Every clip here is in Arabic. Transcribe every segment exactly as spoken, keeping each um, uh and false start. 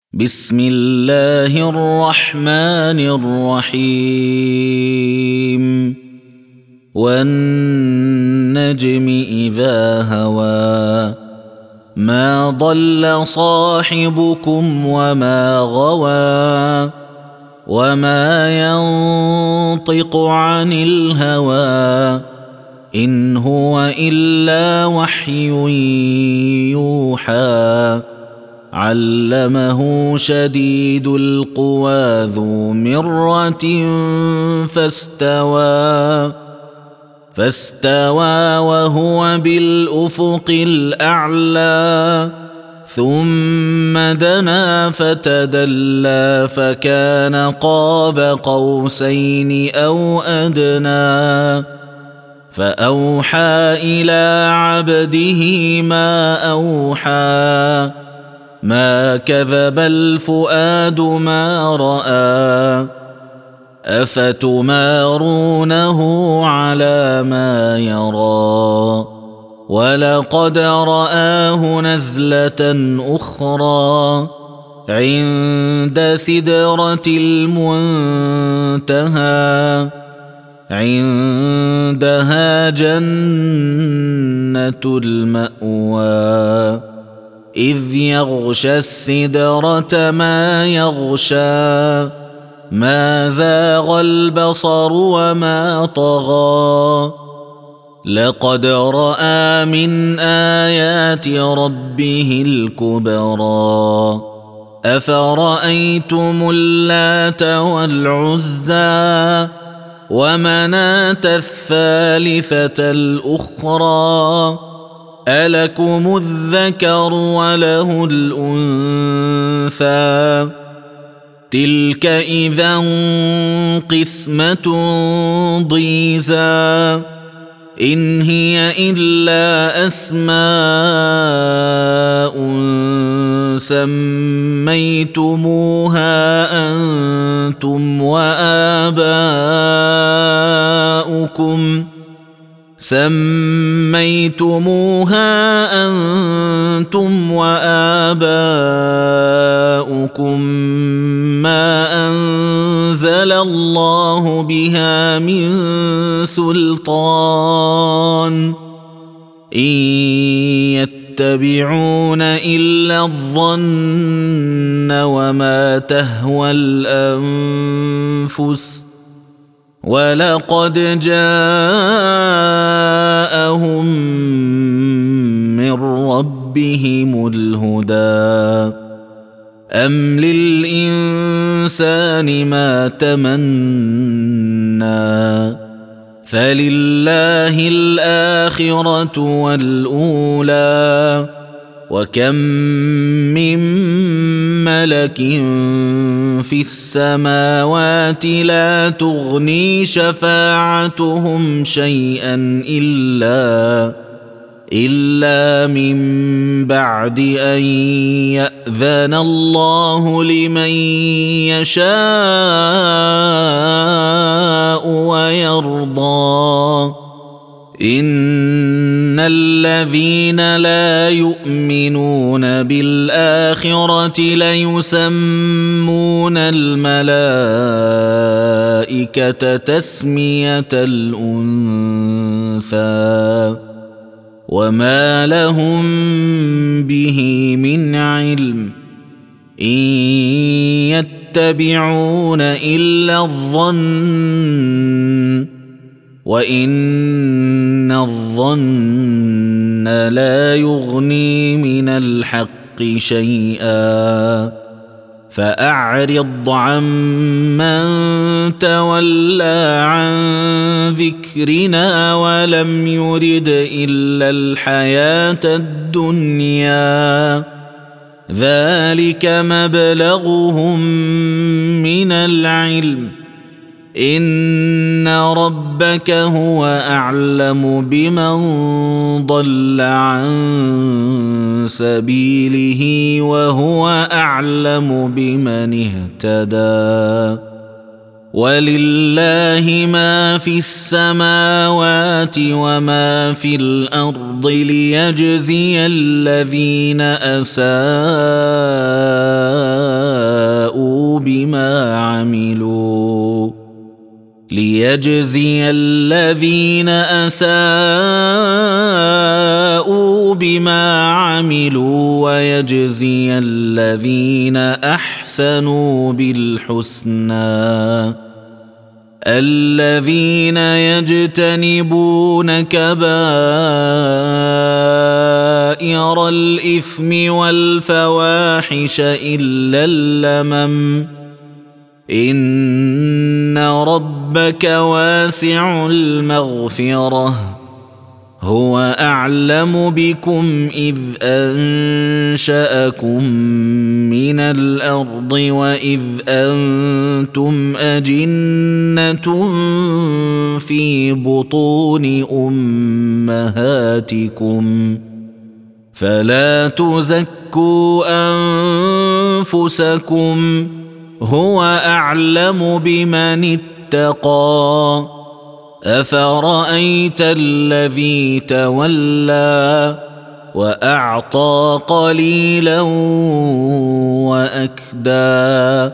بسم الله الرحمن الرحيم والنجم إذا هوى ما ضل صاحبكم وما غوى وما ينطق عن الهوى إن هو إلا وحي يوحى علمه شديد القوى ذو مرة فاستوى فاستوى وهو بالأفق الأعلى ثم دنا فتدلى فكان قاب قوسين أو أدنى فأوحى إلى عبده ما أوحى ما كذب الفؤاد ما رأى أفتمارونه على ما يرى ولقد رآه نزلة أخرى عند سدرة المنتهى عندها جنة المأوى إذ يغشى السدرة ما يغشى ما زاغ البصر وما طغى لقد رأى من آيات ربه الكبرى أفرأيتم اللات والعزى ومناة الثالثة الأخرى ألكم الذكر وله الأنثى تلك إذا قسمة ضيزى إن هي إلا أسماء سميتموها أنتم وآباؤكم سميتموها أنتم وآباؤكم ما أنزل الله بها من سلطان إن يتبعون إلا الظن وما تهوى الأنفس ولقد جاءهم من ربهم الهدى أم للإنسان ما تمنى فلله الآخرة والأولى وكم من ملك في السماوات لا تغني شفاعتهم شيئا إلا إلا من بعد أن يأذن الله لمن يشاء ويرضى إن الذين لا يؤمنون بالآخرة ليسمون الملائكة تسمية الأنثى وما لهم به من علم إن يتبعون إلا الظن وإن الظن لا يغني من الحق شيئا فأعرض عمن تولى عن ذكرنا ولم يرد إلا الحياة الدنيا ذلك مبلغهم من العلم إن ربك هو أعلم بمن ضل عن سبيله وهو أعلم بمن اهتدى ولله ما في السماوات وما في الأرض ليجزي الذين أساءوا ليجزي الذين أساءوا بما عملوا ويجزي الذين أحسنوا بالحسنى الذين يجتنبون كبائر الإثم والفواحش إلا اللمم إن ربك واسع المغفرة هو أعلم بكم إذ أنشأكم من الأرض وإذ أنتم أجنة في بطون أمهاتكم فلا تزكوا أنفسكم هو أعلم بمن اتقى أفرأيت الذي تولى وأعطى قليلا وأكدى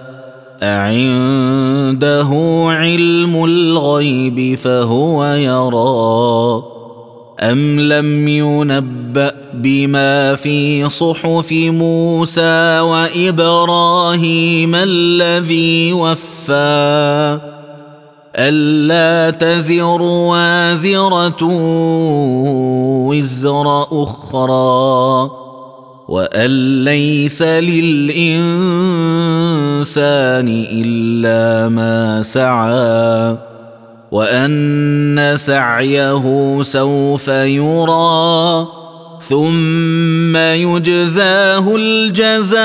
أعنده علم الغيب فهو يرى أم لم ينبأ بما في صحف موسى وإبراهيم الذي وفى ألا تزر وازرة وزر أخرى وأن ليس للإنسان إلا ما سعى وأن سعيه سوف يرى ثم يجزاه الجزاء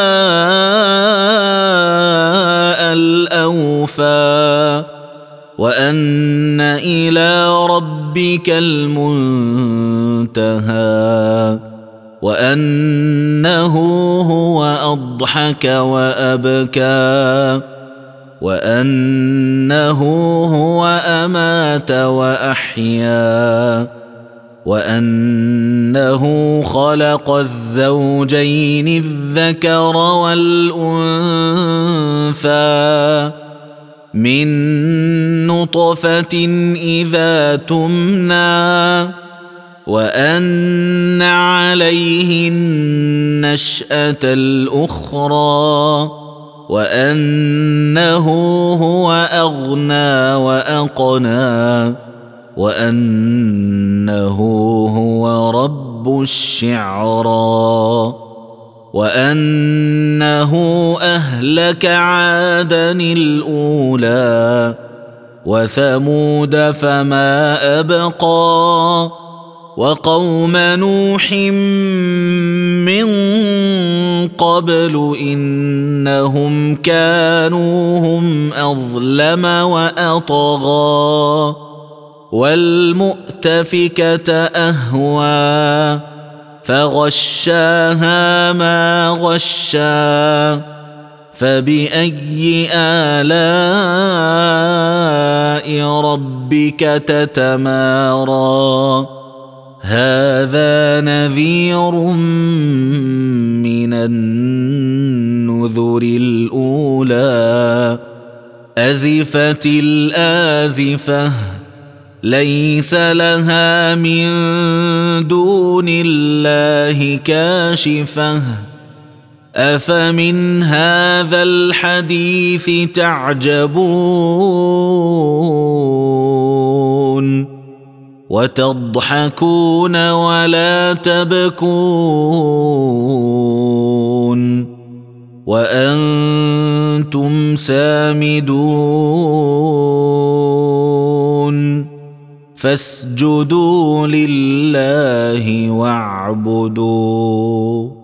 الأوفى وأن إلى ربك المنتهى وأنه هو أضحك وأبكى وأنه هو أمات وأحيا وأنه خلق الزوجين الذكر والأنثى من نطفة إذا تمنى وأن عليه النشأة الأخرى وأنه هو أغنى وأقنى وأنه هو رب الشعرى وأنه أهلك عادا الأولى وثمود فما أبقى وقوم نوح من قبل إنهم كانوا هم أظلم وأطغى والمؤتفكة أهوى فغشاها ما غشا فبأي آلاء ربك تتمارى هذا نذير من النذر الأولى أزفت الآزفة ليس لها من دون الله كاشفة أفمن هذا الحديث تعجبون وتضحكون ولا تبكون وأنتم سامدون فاسجدوا لله واعبدوا